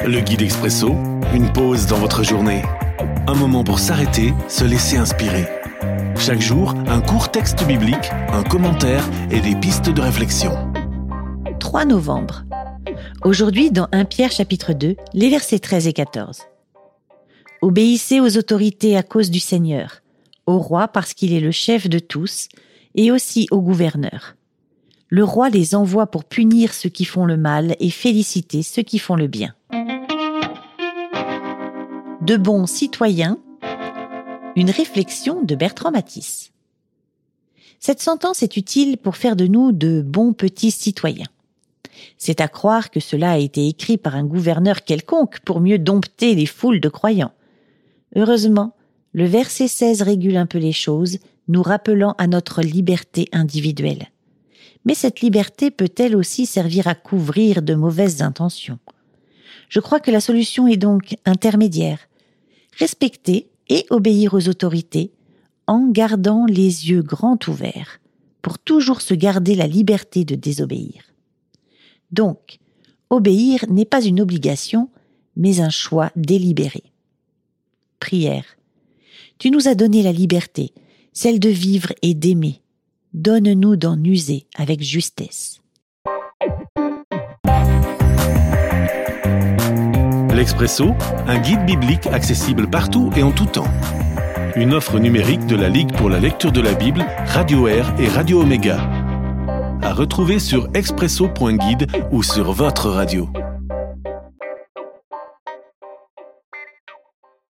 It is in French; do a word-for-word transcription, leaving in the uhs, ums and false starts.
Le guide expresso, une pause dans votre journée. Un moment pour s'arrêter, se laisser inspirer. Chaque jour, un court texte biblique, un commentaire et des pistes de réflexion. trois novembre. Aujourd'hui, dans premier Pierre chapitre deux, les versets treize et quatorze. Obéissez aux autorités à cause du Seigneur, au roi parce qu'il est le chef de tous, et aussi au gouverneur. Le roi les envoie pour punir ceux qui font le mal et féliciter ceux qui font le bien. De bons citoyens, une réflexion de Bertrand Matisse. Cette sentence est utile pour faire de nous de bons petits citoyens. C'est à croire que cela a été écrit par un gouverneur quelconque pour mieux dompter les foules de croyants. Heureusement, le verset seize régule un peu les choses, nous rappelant à notre liberté individuelle. Mais cette liberté peut-elle aussi servir à couvrir de mauvaises intentions ? Je crois que la solution est donc intermédiaire. Respecter et obéir aux autorités en gardant les yeux grands ouverts pour toujours se garder la liberté de désobéir. Donc, obéir n'est pas une obligation, mais un choix délibéré. Prière. Tu nous as donné la liberté, celle de vivre et d'aimer. Donne-nous d'en user avec justesse. L'Expresso, un guide biblique accessible partout et en tout temps. Une offre numérique de la Ligue pour la lecture de la Bible, Radio Air et Radio Omega. À retrouver sur expresso point guide ou sur votre radio.